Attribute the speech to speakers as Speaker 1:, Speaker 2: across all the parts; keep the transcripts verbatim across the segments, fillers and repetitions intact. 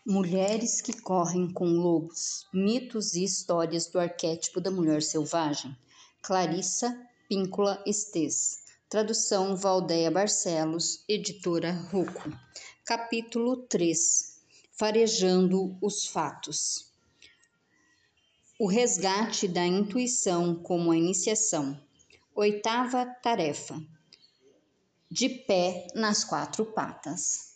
Speaker 1: Mulheres que correm com lobos, mitos e histórias do arquétipo da mulher selvagem. Clarissa Píncola Estes. Tradução Valdeia Barcelos, editora Rocco. Capítulo três. Farejando os fatos. O resgate da intuição como a iniciação. Oitava tarefa. De pé nas quatro patas.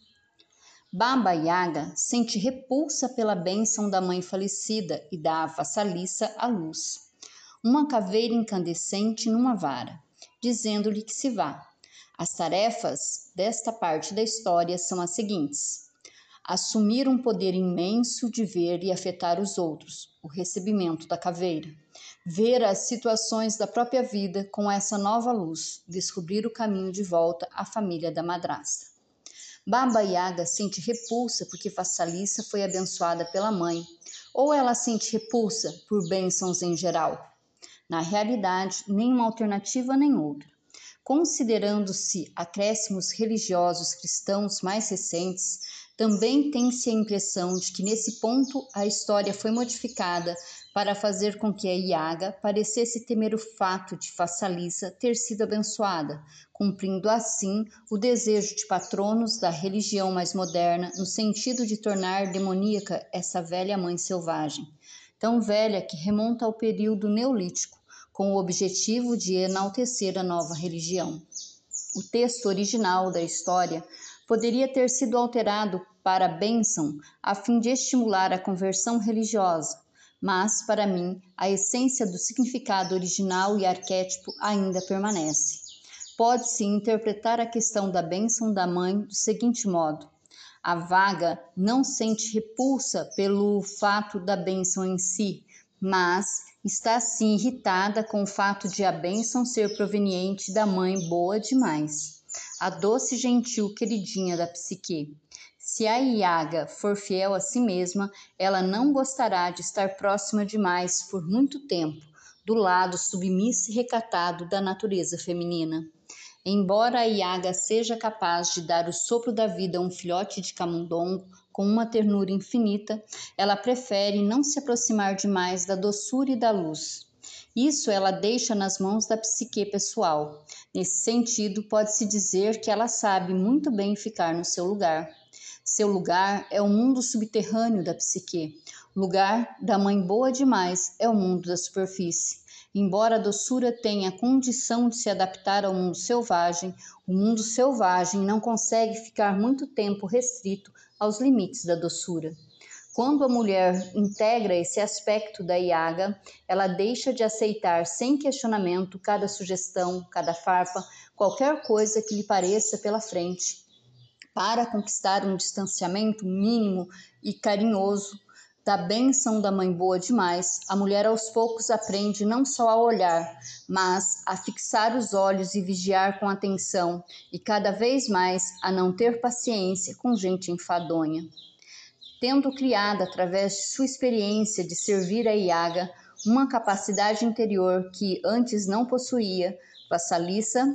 Speaker 1: Baba Yaga sente repulsa pela bênção da mãe falecida e da vassalissa à luz. Uma caveira incandescente numa vara, dizendo-lhe que se vá. As tarefas desta parte da história são as seguintes: assumir um poder imenso de ver e afetar os outros, o recebimento da caveira. Ver as situações da própria vida com essa nova luz, descobrir o caminho de volta à família da madrasta. Baba Yaga sente repulsa porque Vassalissa foi abençoada pela mãe, ou ela sente repulsa por bênçãos em geral? Na realidade, nenhuma alternativa nem outra. Considerando-se acréscimos religiosos cristãos mais recentes, também tem-se a impressão de que nesse ponto a história foi modificada para fazer com que a Yaga parecesse temer o fato de Vassalissa ter sido abençoada, cumprindo assim o desejo de patronos da religião mais moderna no sentido de tornar demoníaca essa velha mãe selvagem, tão velha que remonta ao período neolítico, com o objetivo de enaltecer a nova religião. O texto original da história poderia ter sido alterado para bênção a fim de estimular a conversão religiosa, mas, para mim, a essência do significado original e arquétipo ainda permanece. Pode-se interpretar a questão da bênção da mãe do seguinte modo: a vaga não sente repulsa pelo fato da bênção em si, mas está sim irritada com o fato de a bênção ser proveniente da mãe boa demais, a doce e gentil queridinha da psique. Se a Yaga for fiel a si mesma, ela não gostará de estar próxima demais por muito tempo, do lado submisso e recatado da natureza feminina. Embora a Yaga seja capaz de dar o sopro da vida a um filhote de camundongo com uma ternura infinita, ela prefere não se aproximar demais da doçura e da luz. Isso ela deixa nas mãos da psique pessoal. Nesse sentido, pode-se dizer que ela sabe muito bem ficar no seu lugar. Seu lugar é o mundo subterrâneo da psique. O lugar da mãe boa demais é o mundo da superfície. Embora a doçura tenha a condição de se adaptar ao mundo selvagem, o mundo selvagem não consegue ficar muito tempo restrito aos limites da doçura. Quando a mulher integra esse aspecto da Yaga, ela deixa de aceitar sem questionamento cada sugestão, cada farpa, qualquer coisa que lhe pareça pela frente, para conquistar um distanciamento mínimo e carinhoso da bênção da mãe boa demais. A mulher aos poucos aprende não só a olhar, mas a fixar os olhos e vigiar com atenção, e cada vez mais a não ter paciência com gente enfadonha. Tendo criado, através de sua experiência de servir a Yaga, uma capacidade interior que antes não possuía, Vassalissa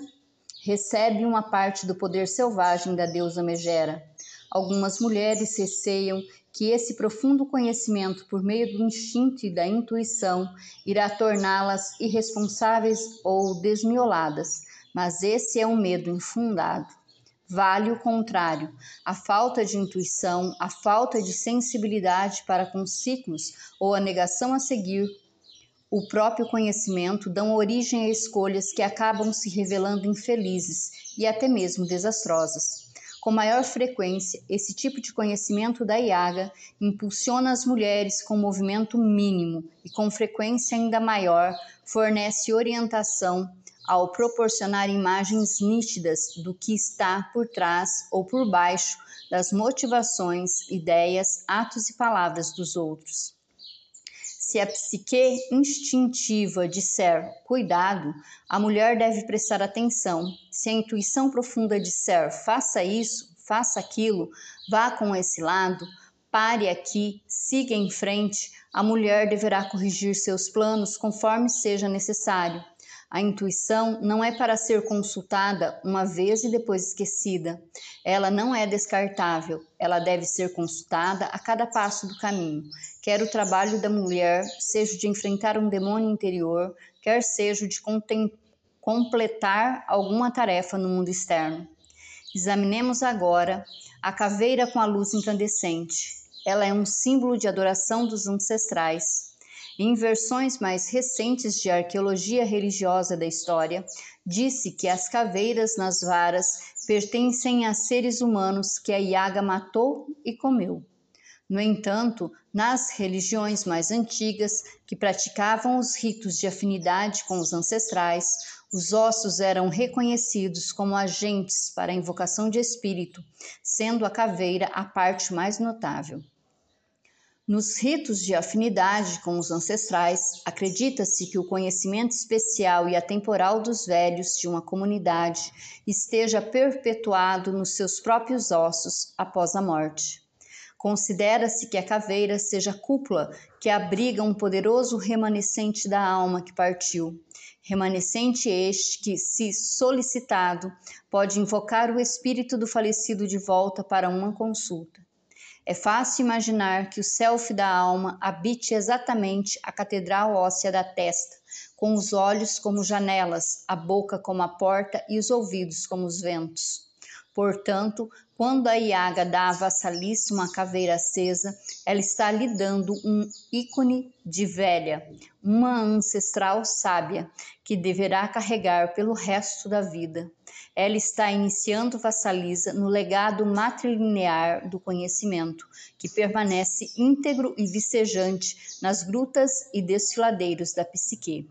Speaker 1: recebe uma parte do poder selvagem da deusa Megera. Algumas mulheres receiam que esse profundo conhecimento por meio do instinto e da intuição irá torná-las irresponsáveis ou desmioladas, mas esse é um medo infundado. Vale o contrário, a falta de intuição, a falta de sensibilidade para com os ciclos ou a negação a seguir o próprio conhecimento dão origem a escolhas que acabam se revelando infelizes e até mesmo desastrosas. Com maior frequência, esse tipo de conhecimento da Yaga impulsiona as mulheres com movimento mínimo e, com frequência ainda maior, fornece orientação ao proporcionar imagens nítidas do que está por trás ou por baixo das motivações, ideias, atos e palavras dos outros. Se a psique instintiva disser cuidado, a mulher deve prestar atenção. Se a intuição profunda disser faça isso, faça aquilo, vá com esse lado, pare aqui, siga em frente, a mulher deverá corrigir seus planos conforme seja necessário. A intuição não é para ser consultada uma vez e depois esquecida. Ela não é descartável, ela deve ser consultada a cada passo do caminho. Quer o trabalho da mulher seja de enfrentar um demônio interior, quer seja de completar alguma tarefa no mundo externo. Examinemos agora a caveira com a luz incandescente. Ela é um símbolo de adoração dos ancestrais. Em versões mais recentes de arqueologia religiosa da história, disse que as caveiras nas varas pertencem a seres humanos que a Yaga matou e comeu. No entanto, nas religiões mais antigas, que praticavam os ritos de afinidade com os ancestrais, os ossos eram reconhecidos como agentes para a invocação de espírito, sendo a caveira a parte mais notável. Nos ritos de afinidade com os ancestrais, acredita-se que o conhecimento especial e atemporal dos velhos de uma comunidade esteja perpetuado nos seus próprios ossos após a morte. Considera-se que a caveira seja a cúpula que abriga um poderoso remanescente da alma que partiu. Remanescente este que, se solicitado, pode invocar o espírito do falecido de volta para uma consulta. É fácil imaginar que o self da alma habite exatamente a catedral óssea da testa, com os olhos como janelas, a boca como a porta e os ouvidos como os ventos. Portanto, quando a Yaga dá à vassalice uma caveira acesa, ela está lhe dando um ícone de velha, uma ancestral sábia, que deverá carregar pelo resto da vida. Ela está iniciando vassalisa no legado matrilinear do conhecimento, que permanece íntegro e vicejante nas grutas e desfiladeiros da psique.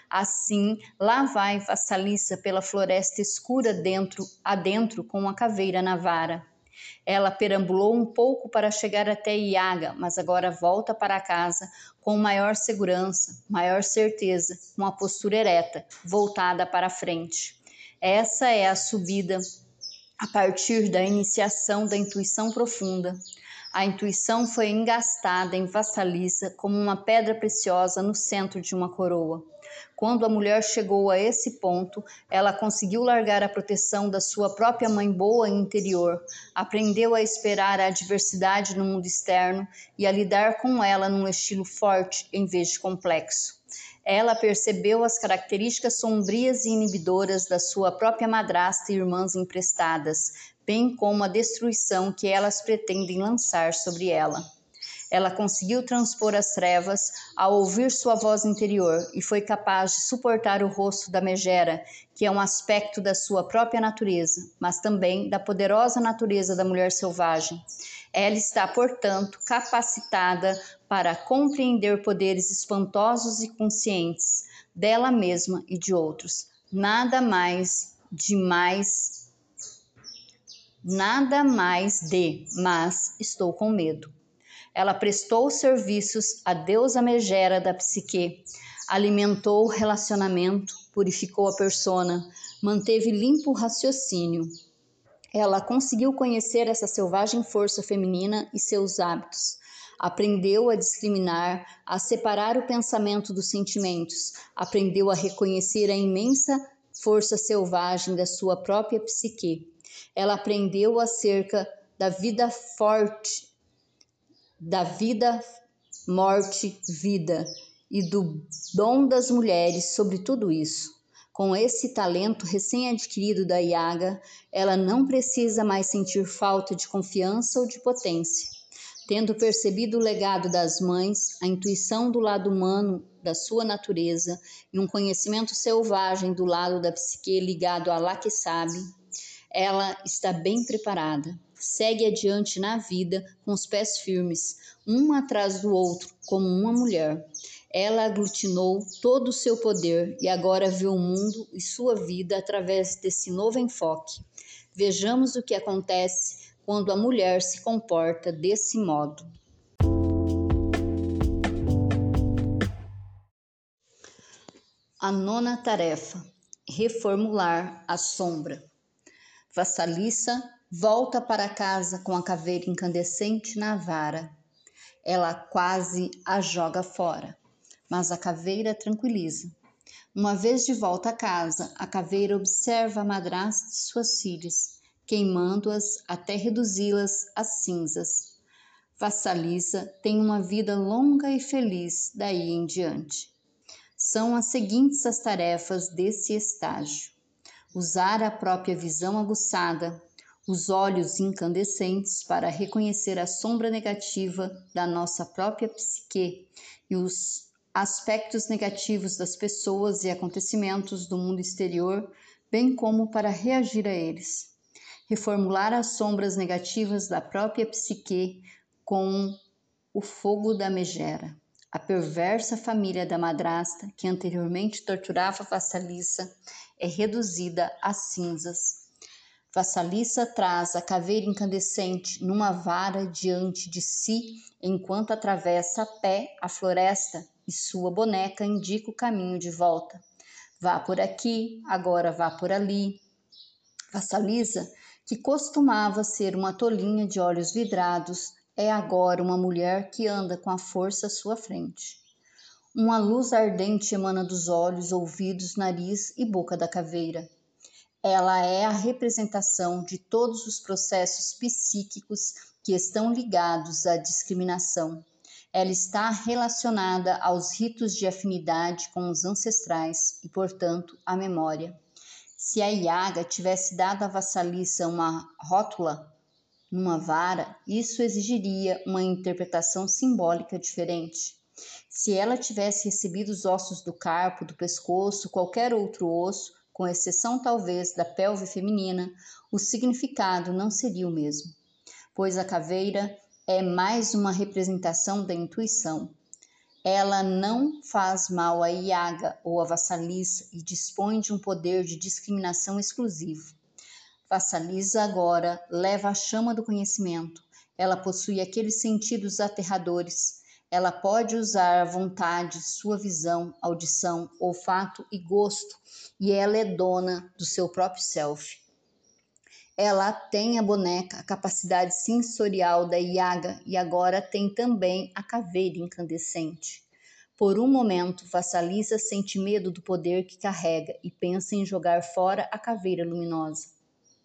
Speaker 1: Assim, lá vai vassaliça pela floresta escura dentro, adentro com a caveira na vara. Ela perambulou um pouco para chegar até Yaga, mas agora volta para casa com maior segurança, maior certeza, com a postura ereta, voltada para a frente. Essa é a subida a partir da iniciação da intuição profunda. A intuição foi engastada em vassaliza como uma pedra preciosa no centro de uma coroa. Quando a mulher chegou a esse ponto, ela conseguiu largar a proteção da sua própria mãe boa interior, aprendeu a esperar a adversidade no mundo externo e a lidar com ela num estilo forte em vez de complexo. Ela percebeu as características sombrias e inibidoras da sua própria madrasta e irmãs emprestadas, bem como a destruição que elas pretendem lançar sobre ela. Ela conseguiu transpor as trevas ao ouvir sua voz interior e foi capaz de suportar o rosto da megera, que é um aspecto da sua própria natureza, mas também da poderosa natureza da mulher selvagem. Ela está, portanto, capacitada para compreender poderes espantosos e conscientes dela mesma e de outros. Nada mais de mais, nada mais de, mas estou com medo. Ela prestou serviços à deusa megera da psique, alimentou o relacionamento, purificou a persona, manteve limpo o raciocínio. Ela conseguiu conhecer essa selvagem força feminina e seus hábitos. Aprendeu a discriminar, a separar o pensamento dos sentimentos. Aprendeu a reconhecer a imensa força selvagem da sua própria psique. Ela aprendeu acerca da vida forte, da vida, morte, vida e do dom das mulheres sobre tudo isso. Com esse talento recém-adquirido da Yaga, ela não precisa mais sentir falta de confiança ou de potência. Tendo percebido o legado das mães, a intuição do lado humano da sua natureza e um conhecimento selvagem do lado da psique ligado a lá que sabe, ela está bem preparada. Segue adiante na vida com os pés firmes, um atrás do outro, como uma mulher. Ela aglutinou todo o seu poder e agora vê o mundo e sua vida através desse novo enfoque. Vejamos o que acontece quando a mulher se comporta desse modo. A nona tarefa: reformular a sombra. Vassaliça volta para casa com a caveira incandescente na vara. Ela quase a joga fora, mas a caveira tranquiliza. Uma vez de volta a casa, a caveira observa a madrasta de suas filhas, queimando-as até reduzi-las a cinzas. Vassalissa tem uma vida longa e feliz daí em diante. São as seguintes as tarefas desse estágio: usar a própria visão aguçada, os olhos incandescentes para reconhecer a sombra negativa da nossa própria psique e os aspectos negativos das pessoas e acontecimentos do mundo exterior, bem como para reagir a eles. Reformular as sombras negativas da própria psique com o fogo da megera. A perversa família da madrasta, que anteriormente torturava Vassalissa, é reduzida a cinzas. Vassalissa traz a caveira incandescente numa vara diante de si enquanto atravessa a pé a floresta e sua boneca indica o caminho de volta. Vá por aqui, agora vá por ali. Vassalissa, que costumava ser uma tolinha de olhos vidrados, é agora uma mulher que anda com a força à sua frente. Uma luz ardente emana dos olhos, ouvidos, nariz e boca da caveira. Ela é a representação de todos os processos psíquicos que estão ligados à discriminação. Ela está relacionada aos ritos de afinidade com os ancestrais e, portanto, à memória. Se a Yaga tivesse dado à Vassalissa uma rótula numa vara, isso exigiria uma interpretação simbólica diferente. Se ela tivesse recebido os ossos do carpo, do pescoço, qualquer outro osso, com exceção talvez da pelve feminina, o significado não seria o mesmo, pois a caveira é mais uma representação da intuição. Ela não faz mal a Yaga ou a Vassalissa e dispõe de um poder de discriminação exclusivo. Vassalissa agora leva a chama do conhecimento. Ela possui aqueles sentidos aterradores. Ela pode usar à vontade sua visão, audição, olfato e gosto, e ela é dona do seu próprio self. Ela tem a boneca, a capacidade sensorial da Yaga e agora tem também a caveira incandescente. Por um momento, Vassalissa sente medo do poder que carrega e pensa em jogar fora a caveira luminosa.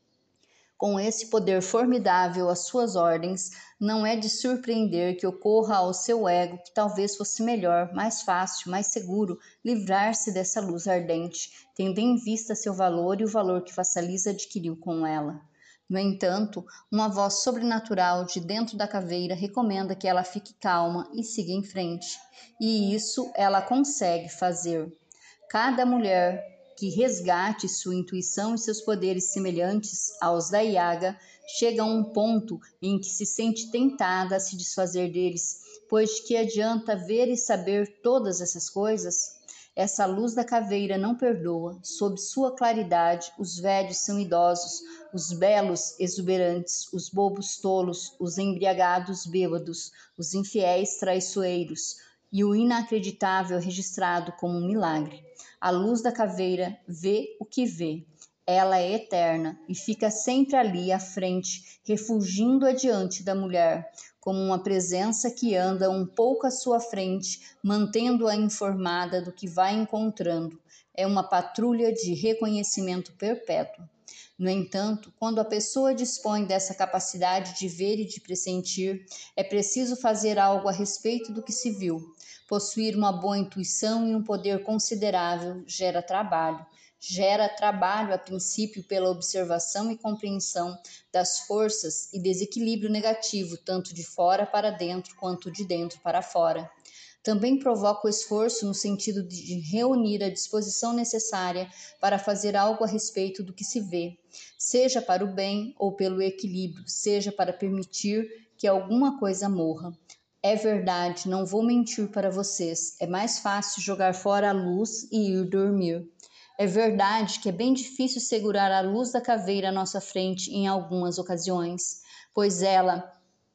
Speaker 1: Com esse poder formidável às suas ordens, não é de surpreender que ocorra ao seu ego que talvez fosse melhor, mais fácil, mais seguro livrar-se dessa luz ardente, tendo em vista seu valor e o valor que Vassalissa adquiriu com ela. No entanto, uma voz sobrenatural de dentro da caveira recomenda que ela fique calma e siga em frente, e isso ela consegue fazer. Cada mulher que resgate sua intuição e seus poderes semelhantes aos da Yaga, chega a um ponto em que se sente tentada a se desfazer deles, pois que adianta ver e saber todas essas coisas? Essa luz da caveira não perdoa. Sob sua claridade, os velhos são idosos, os belos exuberantes, os bobos tolos, os embriagados bêbados, os infiéis traiçoeiros, e o inacreditável registrado como um milagre. A luz da caveira vê o que vê. Ela é eterna e fica sempre ali à frente, refugindo adiante da mulher, como uma presença que anda um pouco à sua frente, mantendo-a informada do que vai encontrando. É uma patrulha de reconhecimento perpétuo. No entanto, quando a pessoa dispõe dessa capacidade de ver e de pressentir, é preciso fazer algo a respeito do que se viu. Possuir uma boa intuição e um poder considerável gera trabalho. Gera trabalho, a princípio, pela observação e compreensão das forças e desequilíbrio negativo, tanto de fora para dentro quanto de dentro para fora. Também provoca o esforço no sentido de reunir a disposição necessária para fazer algo a respeito do que se vê, seja para o bem ou pelo equilíbrio, seja para permitir que alguma coisa morra. É verdade, não vou mentir para vocês, é mais fácil jogar fora a luz e ir dormir. É verdade que é bem difícil segurar a luz da caveira à nossa frente em algumas ocasiões, pois ela,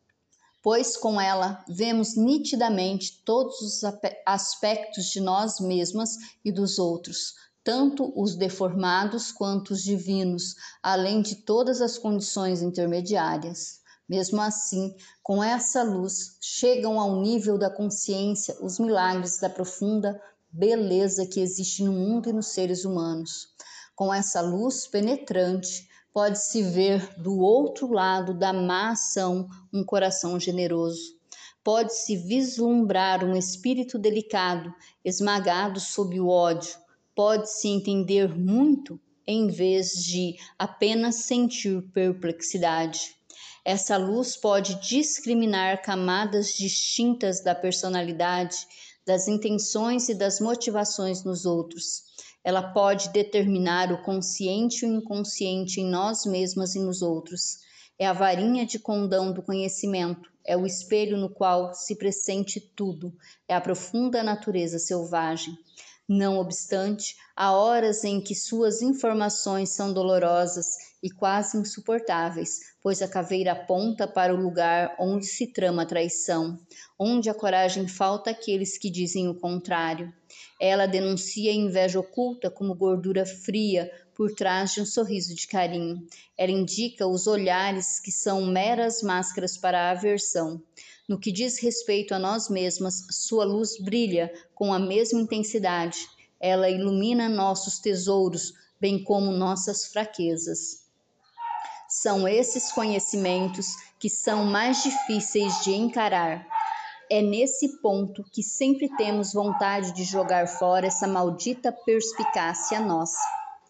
Speaker 1: pois com ela vemos nitidamente todos os aspectos de nós mesmas e dos outros, tanto os deformados quanto os divinos, além de todas as condições intermediárias. Mesmo assim, com essa luz, chegam ao nível da consciência os milagres da profunda beleza que existe no mundo e nos seres humanos. Com essa luz penetrante, pode-se ver do outro lado da má ação um coração generoso. Pode-se vislumbrar um espírito delicado, esmagado sob o ódio. Pode-se entender muito em vez de apenas sentir perplexidade. Essa luz pode discriminar camadas distintas da personalidade, das intenções e das motivações nos outros. Ela pode determinar o consciente e o inconsciente em nós mesmas e nos outros. É a varinha de condão do conhecimento, é o espelho no qual se pressente tudo, é a profunda natureza selvagem. Não obstante, há horas em que suas informações são dolorosas e quase insuportáveis, pois a caveira aponta para o lugar onde se trama a traição, onde a coragem falta àqueles que dizem o contrário. Ela denuncia a inveja oculta como gordura fria por trás de um sorriso de carinho. Ela indica os olhares que são meras máscaras para a aversão. No que diz respeito a nós mesmas, sua luz brilha com a mesma intensidade. Ela ilumina nossos tesouros, bem como nossas fraquezas. São esses conhecimentos que são mais difíceis de encarar. É nesse ponto que sempre temos vontade de jogar fora essa maldita perspicácia nossa.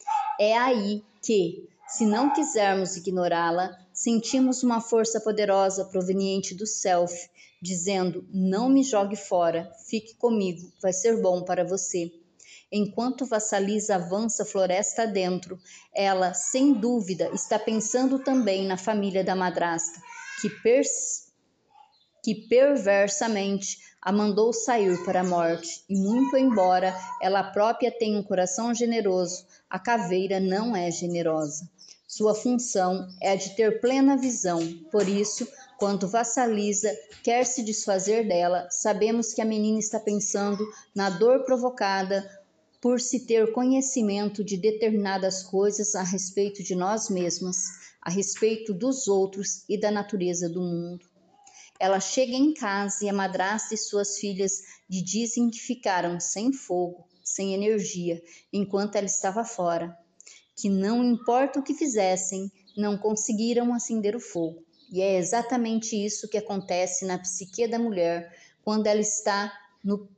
Speaker 1: É aí que, se não quisermos ignorá-la, sentimos uma força poderosa proveniente do self, dizendo: não me jogue fora, fique comigo, vai ser bom para você. Enquanto Vassalisa avança floresta adentro, ela, sem dúvida, está pensando também na família da madrasta, que, pers que perversamente a mandou sair para a morte, e muito embora ela própria tenha um coração generoso, a caveira não é generosa. Sua função é a de ter plena visão, por isso, quando Vassalisa quer se desfazer dela, sabemos que a menina está pensando na dor provocada por se ter conhecimento de determinadas coisas a respeito de nós mesmas, a respeito dos outros e da natureza do mundo. Ela chega em casa e a madrasta e suas filhas lhe dizem que ficaram sem fogo, sem energia, enquanto ela estava fora, que não importa o que fizessem, não conseguiram acender o fogo. E é exatamente isso que acontece na psique da mulher quando ela está no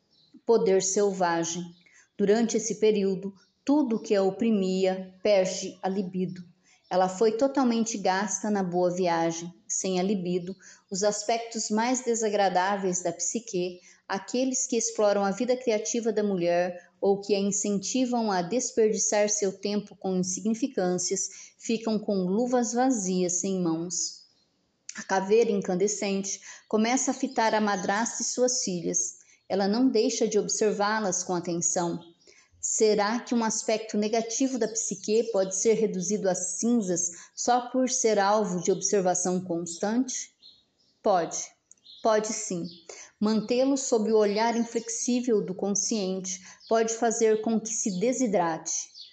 Speaker 1: poder selvagem. Durante esse período, tudo que a oprimia perde a libido. Ela foi totalmente gasta na boa viagem. Sem a libido, os aspectos mais desagradáveis da psique, aqueles que exploram a vida criativa da mulher ou que a incentivam a desperdiçar seu tempo com insignificâncias, ficam com luvas vazias sem mãos. A caveira incandescente começa a fitar a madrasta e suas filhas. Ela não deixa de observá-las com atenção. Será que um aspecto negativo da psique pode ser reduzido a cinzas só por ser alvo de observação constante? Pode, pode sim. Mantê-lo sob o olhar inflexível do consciente pode fazer com que se desidrate.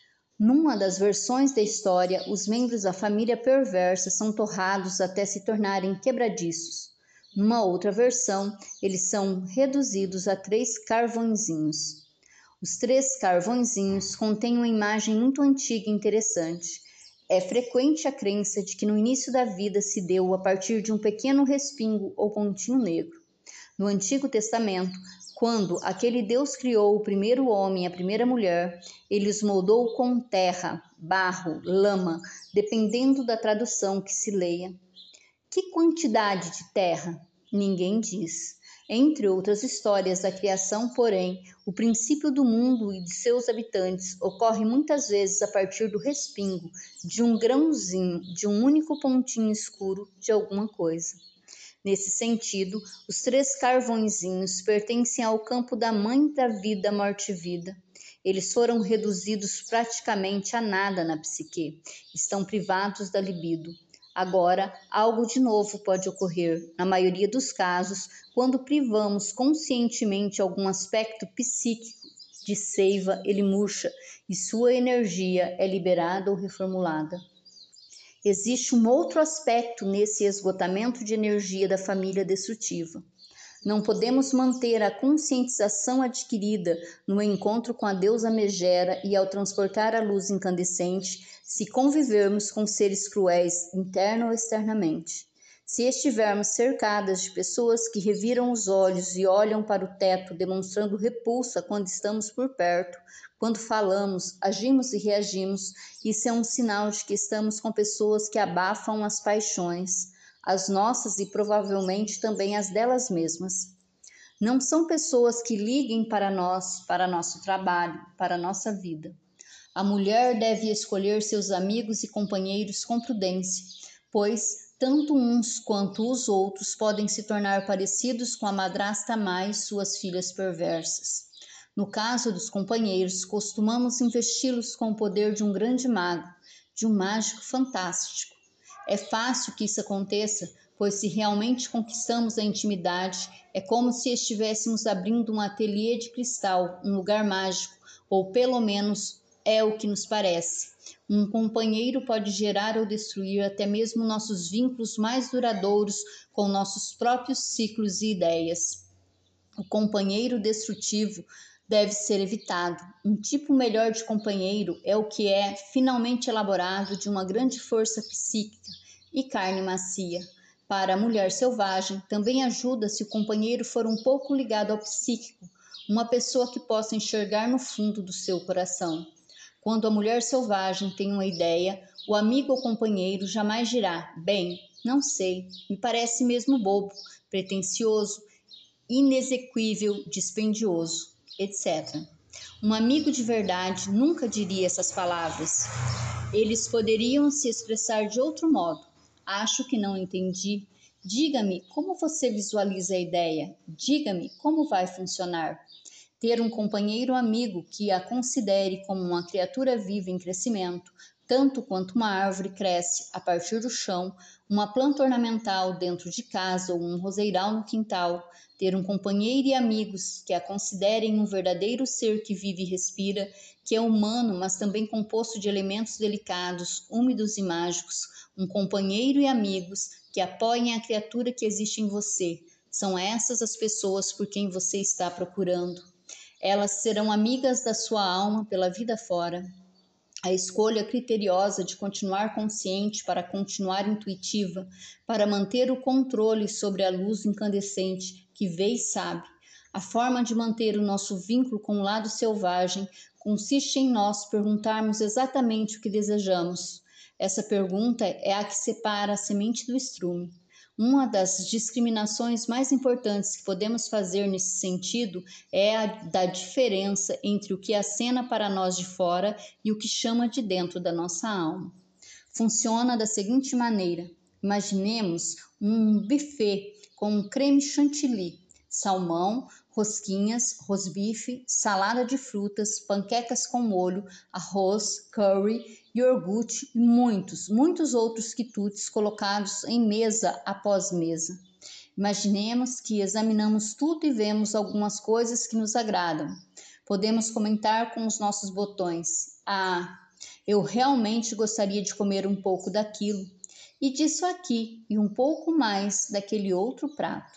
Speaker 1: Numa das versões da história, os membros da família perversa são torrados até se tornarem quebradiços. Numa outra versão, eles são reduzidos a três carvõezinhos. Os três carvõezinhos contêm uma imagem muito antiga e interessante. É frequente a crença de que no início da vida se deu a partir de um pequeno respingo ou pontinho negro. No Antigo Testamento, quando aquele Deus criou o primeiro homem e a primeira mulher, ele os moldou com terra, barro, lama, dependendo da tradução que se leia. Que quantidade de terra? Ninguém diz. Entre outras histórias da criação, porém, o princípio do mundo e de seus habitantes ocorre muitas vezes a partir do respingo de um grãozinho, de um único pontinho escuro de alguma coisa. Nesse sentido, os três carvõezinhos pertencem ao campo da mãe da vida, morte e vida. Eles foram reduzidos praticamente a nada na psique, estão privados da libido. Agora, algo de novo pode ocorrer, na maioria dos casos, quando privamos conscientemente algum aspecto psíquico de seiva, ele murcha e sua energia é liberada ou reformulada. Existe um outro aspecto nesse esgotamento de energia da família destrutiva. Não podemos manter a conscientização adquirida no encontro com a deusa Megera e ao transportar a luz incandescente, se convivermos com seres cruéis, interna ou externamente. Se estivermos cercadas de pessoas que reviram os olhos e olham para o teto, demonstrando repulsa quando estamos por perto, quando falamos, agimos e reagimos, isso é um sinal de que estamos com pessoas que abafam as paixões, as nossas e provavelmente também as delas mesmas. Não são pessoas que liguem para nós, para nosso trabalho, para nossa vida. A mulher deve escolher seus amigos e companheiros com prudência, pois tanto uns quanto os outros podem se tornar parecidos com a madrasta má e suas filhas perversas. No caso dos companheiros, costumamos investi-los com o poder de um grande mago, de um mágico fantástico. É fácil que isso aconteça, pois se realmente conquistamos a intimidade, é como se estivéssemos abrindo um ateliê de cristal, um lugar mágico, ou pelo menos é o que nos parece. Um companheiro pode gerar ou destruir até mesmo nossos vínculos mais duradouros com nossos próprios ciclos e ideias. O companheiro destrutivo deve ser evitado. Um tipo melhor de companheiro é o que é finalmente elaborado de uma grande força psíquica e carne macia. Para a mulher selvagem, também ajuda se o companheiro for um pouco ligado ao psíquico, uma pessoa que possa enxergar no fundo do seu coração. Quando a mulher selvagem tem uma ideia, o amigo ou companheiro jamais dirá: bem, não sei, me parece mesmo bobo, pretensioso, inexequível, dispendioso, etcétera. Um amigo de verdade nunca diria essas palavras. Eles poderiam se expressar de outro modo. Acho que não entendi. Diga-me como você visualiza a ideia. Diga-me como vai funcionar. Ter um companheiro amigo que a considere como uma criatura viva em crescimento, tanto quanto uma árvore cresce a partir do chão, uma planta ornamental dentro de casa ou um roseiral no quintal. Ter um companheiro e amigos que a considerem um verdadeiro ser que vive e respira, que é humano, mas também composto de elementos delicados, úmidos e mágicos. Um companheiro e amigos que apoiem a criatura que existe em você. São essas as pessoas por quem você está procurando. Elas serão amigas da sua alma pela vida fora. A escolha criteriosa de continuar consciente para continuar intuitiva, para manter o controle sobre a luz incandescente que vê e sabe. A forma de manter o nosso vínculo com o lado selvagem consiste em nós perguntarmos exatamente o que desejamos. Essa pergunta é a que separa a semente do estrume. Uma das discriminações mais importantes que podemos fazer nesse sentido é a da diferença entre o que acena para nós de fora e o que chama de dentro da nossa alma. Funciona da seguinte maneira: imaginemos um buffet com um creme chantilly, salmão, rosquinhas, rosbife, salada de frutas, panquecas com molho, arroz, curry, iogurte e muitos, muitos outros quitutes colocados em mesa após mesa. Imaginemos que examinamos tudo e vemos algumas coisas que nos agradam. Podemos comentar com os nossos botões: ah, eu realmente gostaria de comer um pouco daquilo, e disso aqui, e um pouco mais daquele outro prato.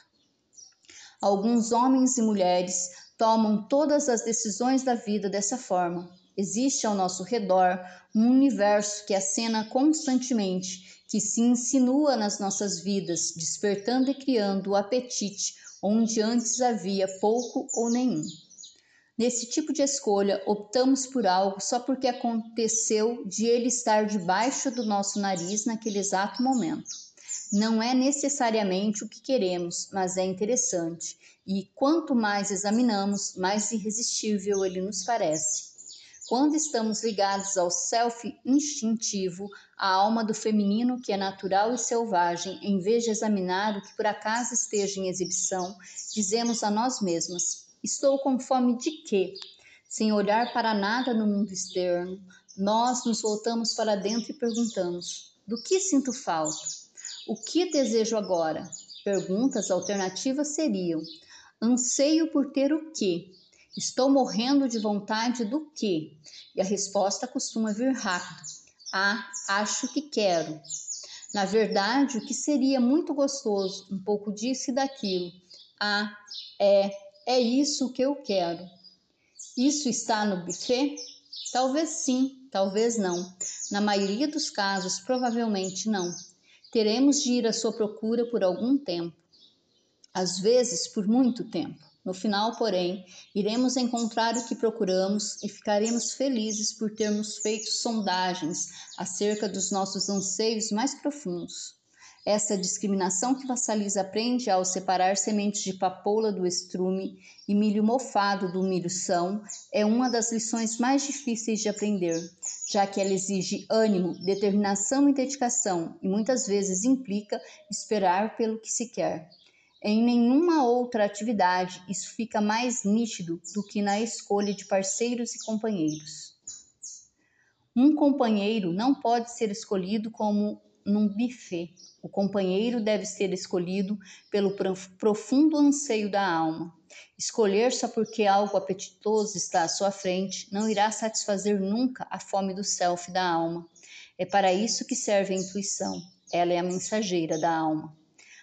Speaker 1: Alguns homens e mulheres tomam todas as decisões da vida dessa forma. Existe ao nosso redor um universo que acena constantemente, que se insinua nas nossas vidas, despertando e criando o apetite onde antes havia pouco ou nenhum. Nesse tipo de escolha, optamos por algo só porque aconteceu de ele estar debaixo do nosso nariz naquele exato momento. Não é necessariamente o que queremos, mas é interessante, e quanto mais examinamos, mais irresistível ele nos parece. Quando estamos ligados ao self instintivo, a alma do feminino que é natural e selvagem, em vez de examinar o que por acaso esteja em exibição, dizemos a nós mesmas: estou com fome de quê? Sem olhar para nada no mundo externo, nós nos voltamos para dentro e perguntamos: do que sinto falta? O que desejo agora? Perguntas alternativas seriam: anseio por ter o quê? Estou morrendo de vontade do quê? E a resposta costuma vir rápido: ah, acho que quero. Na verdade, o que seria muito gostoso, um pouco disso e daquilo. Ah, é, é isso que eu quero. Isso está no buffet? Talvez sim, talvez não. Na maioria dos casos, provavelmente não. Teremos de ir à sua procura por algum tempo, às vezes por muito tempo. No final, porém, iremos encontrar o que procuramos e ficaremos felizes por termos feito sondagens acerca dos nossos anseios mais profundos. Essa discriminação que Vassalisa aprende ao separar sementes de papoula do estrume e milho mofado do milho são é uma das lições mais difíceis de aprender, já que ela exige ânimo, determinação e dedicação e muitas vezes implica esperar pelo que se quer. Em nenhuma outra atividade isso fica mais nítido do que na escolha de parceiros e companheiros. Um companheiro não pode ser escolhido como num buffet. O companheiro deve ser escolhido pelo profundo anseio da alma. Escolher só porque algo apetitoso está à sua frente não irá satisfazer nunca a fome do self da alma. É para isso que serve a intuição. Ela é a mensageira da alma.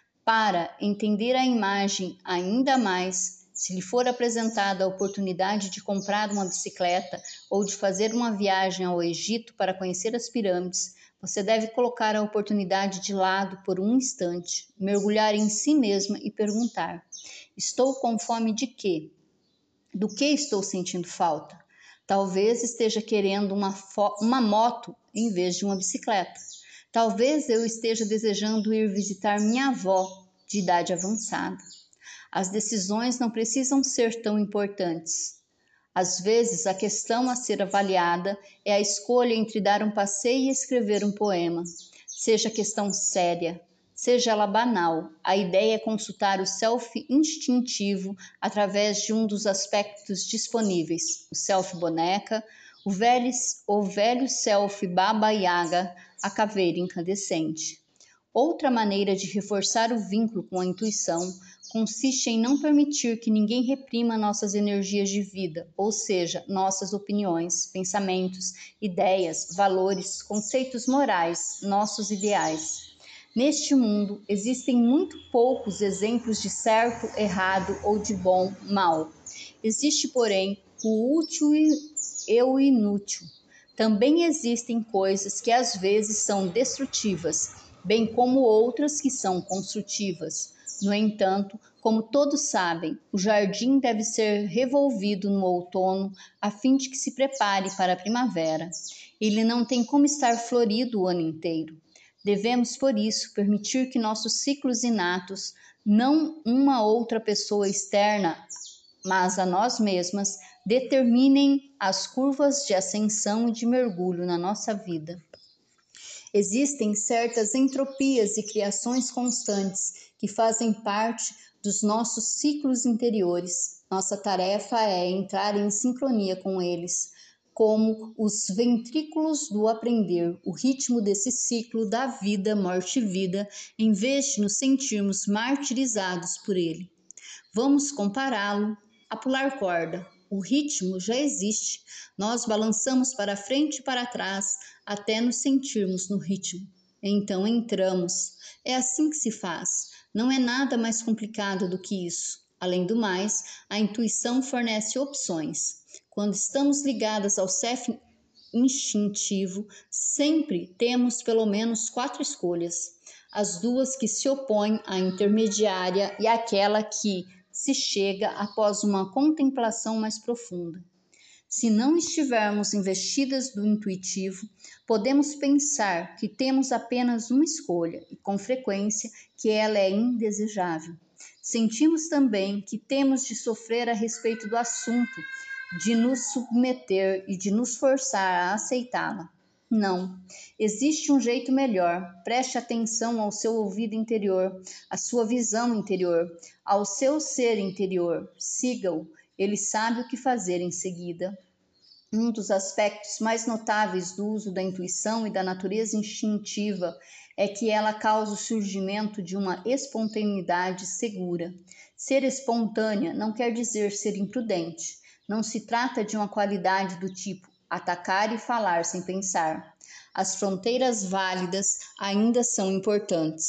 Speaker 1: Para entender a imagem ainda mais, se lhe for apresentada a oportunidade de comprar uma bicicleta ou de fazer uma viagem ao Egito para conhecer as pirâmides, você deve colocar a oportunidade de lado por um instante, mergulhar em si mesma e perguntar: estou com fome de quê? Do que estou sentindo falta? Talvez esteja querendo uma, uma moto em vez de uma bicicleta. Talvez eu esteja desejando ir visitar minha avó de idade avançada. As decisões não precisam ser tão importantes. Às vezes, a questão a ser avaliada é a escolha entre dar um passeio e escrever um poema. Seja questão séria, seja ela banal, a ideia é consultar o self instintivo através de um dos aspectos disponíveis, o self boneca, o velho, o velho self baba yaga, a caveira incandescente. Outra maneira de reforçar o vínculo com a intuição consiste em não permitir que ninguém reprima nossas energias de vida, ou seja, nossas opiniões, pensamentos, ideias, valores, conceitos morais, nossos ideais. Neste mundo, existem muito poucos exemplos de certo, errado ou de bom, mal. Existe, porém, o útil e o inútil. Também existem coisas que às vezes são destrutivas, bem como outras que são construtivas. No entanto, como todos sabem, o jardim deve ser revolvido no outono a fim de que se prepare para a primavera. Ele não tem como estar florido o ano inteiro. Devemos, por isso, permitir que nossos ciclos inatos, não uma outra pessoa externa, mas a nós mesmas, determinem as curvas de ascensão e de mergulho na nossa vida. Existem certas entropias e criações constantes que fazem parte dos nossos ciclos interiores. Nossa tarefa é entrar em sincronia com eles, como os ventrículos do aprender, o ritmo desse ciclo da vida, morte e vida, em vez de nos sentirmos martirizados por ele. Vamos compará-lo a pular corda. O ritmo já existe. Nós balançamos para frente e para trás até nos sentirmos no ritmo. Então entramos. É assim que se faz. Não é nada mais complicado do que isso. Além do mais, a intuição fornece opções. Quando estamos ligadas ao self instintivo, sempre temos pelo menos quatro escolhas. As duas que se opõem à intermediária e aquela que se chega após uma contemplação mais profunda. Se não estivermos investidas do intuitivo, podemos pensar que temos apenas uma escolha e, com frequência, que ela é indesejável. Sentimos também que temos de sofrer a respeito do assunto, de nos submeter e de nos forçar a aceitá-la. Não, existe um jeito melhor. Preste atenção ao seu ouvido interior, à sua visão interior, ao seu ser interior. Siga-o, ele sabe o que fazer em seguida. Um dos aspectos mais notáveis do uso da intuição e da natureza instintiva é que ela causa o surgimento de uma espontaneidade segura. Ser espontânea não quer dizer ser imprudente. Não se trata de uma qualidade do tipo atacar e falar sem pensar. As fronteiras válidas ainda são importantes.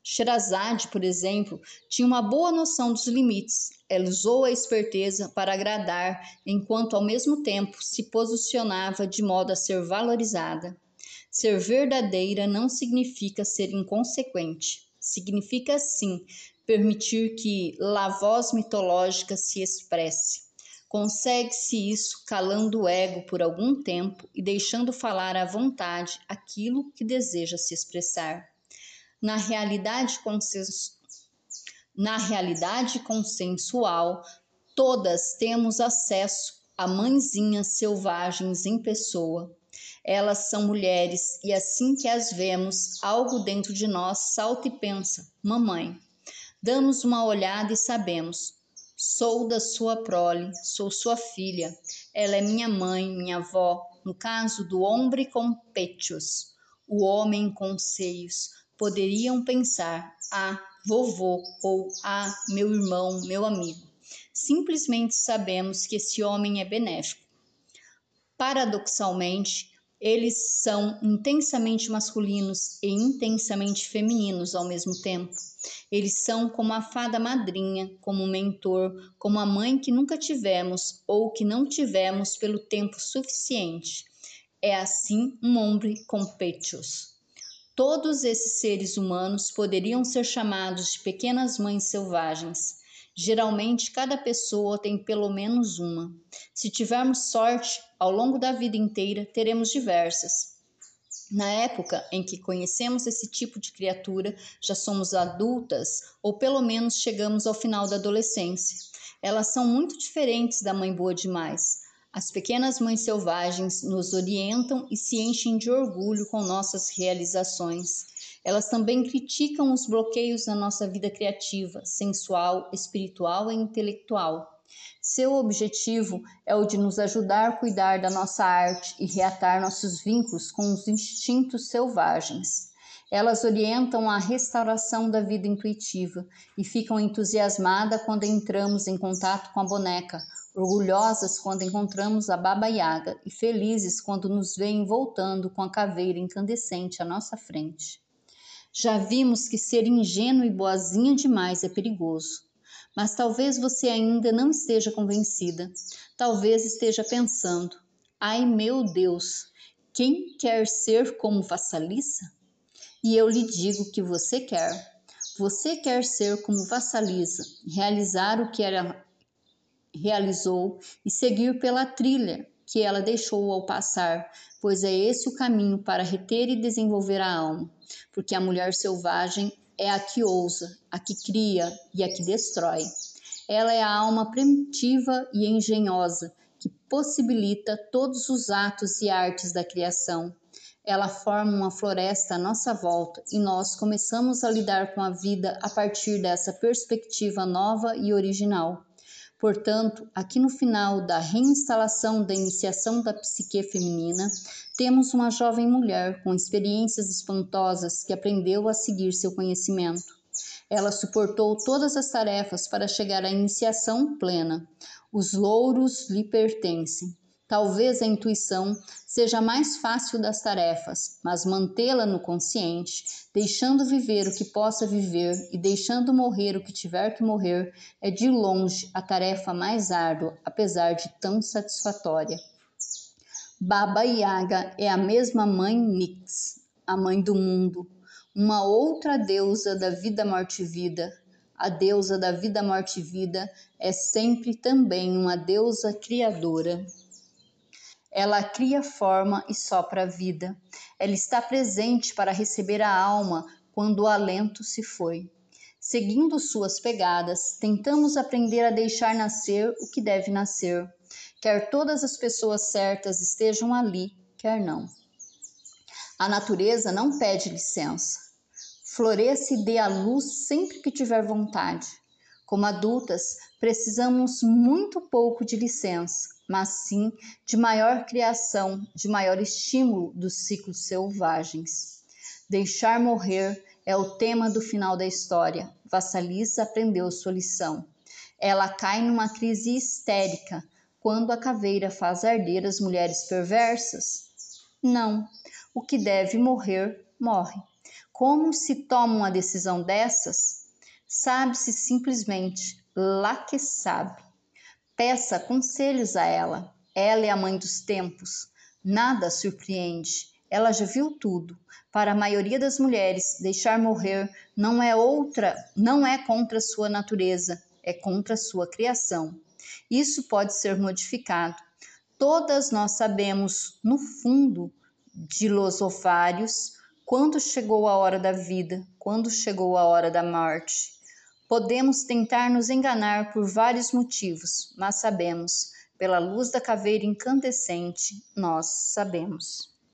Speaker 1: Sherazade, por exemplo, tinha uma boa noção dos limites. Ela usou a esperteza para agradar, enquanto ao mesmo tempo se posicionava de modo a ser valorizada. Ser verdadeira não significa ser inconsequente. Significa, sim, permitir que a voz mitológica se expresse. Consegue-se isso calando o ego por algum tempo e deixando falar à vontade aquilo que deseja se expressar. Na realidade, consenso... Na realidade consensual, todas temos acesso a mãezinhas selvagens em pessoa. Elas são mulheres e assim que as vemos, algo dentro de nós salta e pensa: mamãe. Damos uma olhada e sabemos: sou da sua prole, sou sua filha. Ela é minha mãe, minha avó. No caso do homem com pechos, o homem com seios, poderiam pensar: ah, vovô, ou ah, meu irmão, meu amigo. Simplesmente sabemos que esse homem é benéfico. Paradoxalmente, eles são intensamente masculinos e intensamente femininos ao mesmo tempo. Eles são como a fada madrinha, como o mentor, como a mãe que nunca tivemos ou que não tivemos pelo tempo suficiente. É assim um homem com pechos. Todos esses seres humanos poderiam ser chamados de pequenas mães selvagens. Geralmente, cada pessoa tem pelo menos uma. Se tivermos sorte, ao longo da vida inteira, teremos diversas. Na época em que conhecemos esse tipo de criatura, já somos adultas ou pelo menos chegamos ao final da adolescência. Elas são muito diferentes da mãe boa demais. As pequenas mães selvagens nos orientam e se enchem de orgulho com nossas realizações. Elas também criticam os bloqueios na nossa vida criativa, sensual, espiritual e intelectual. Seu objetivo é o de nos ajudar a cuidar da nossa arte e reatar nossos vínculos com os instintos selvagens. Elas orientam a restauração da vida intuitiva e ficam entusiasmadas quando entramos em contato com a boneca, orgulhosas quando encontramos a Baba Yaga e felizes quando nos veem voltando com a caveira incandescente à nossa frente. Já vimos que ser ingênuo e boazinha demais é perigoso. Mas talvez você ainda não esteja convencida. Talvez esteja pensando: ai meu Deus, quem quer ser como Vassalissa? E eu lhe digo que você quer. Você quer ser como Vassalissa, realizar o que ela realizou e seguir pela trilha que ela deixou ao passar, pois é esse o caminho para reter e desenvolver a alma, porque a mulher selvagem é a que ousa, a que cria e a que destrói. Ela é a alma primitiva e engenhosa que possibilita todos os atos e artes da criação. Ela forma uma floresta à nossa volta e nós começamos a lidar com a vida a partir dessa perspectiva nova e original. Portanto, aqui no final da reinstalação da iniciação da psique feminina, temos uma jovem mulher com experiências espantosas que aprendeu a seguir seu conhecimento. Ela suportou todas as tarefas para chegar à iniciação plena. Os louros lhe pertencem. Talvez a intuição seja a mais fácil das tarefas, mas mantê-la no consciente, deixando viver o que possa viver e deixando morrer o que tiver que morrer, é de longe a tarefa mais árdua, apesar de tão satisfatória. Baba Yaga é a mesma mãe Nix, a mãe do mundo, uma outra deusa da vida, morte e vida. A deusa da vida, morte e vida é sempre também uma deusa criadora. Ela cria forma e sopra a vida. Ela está presente para receber a alma quando o alento se foi. Seguindo suas pegadas, tentamos aprender a deixar nascer o que deve nascer, quer todas as pessoas certas estejam ali, quer não. A natureza não pede licença. Floresça e dê a luz sempre que tiver vontade. Como adultas, precisamos muito pouco de licença, mas sim de maior criação, de maior estímulo dos ciclos selvagens. Deixar morrer é o tema do final da história. Vassalissa aprendeu sua lição. Ela cai numa crise histérica quando a caveira faz arder as mulheres perversas? Não. O que deve morrer, morre. Como se toma uma decisão dessas? Sabe-se simplesmente, lá que sabe. Peça conselhos a ela. Ela é a mãe dos tempos. Nada a surpreende. Ela já viu tudo. Para a maioria das mulheres, deixar morrer não é outra, não é contra sua natureza, é contra sua criação. Isso pode ser modificado. Todas nós sabemos, no fundo de los ovários, quando chegou a hora da vida, quando chegou a hora da morte. Podemos tentar nos enganar por vários motivos, mas sabemos, pela luz da caveira incandescente, nós sabemos.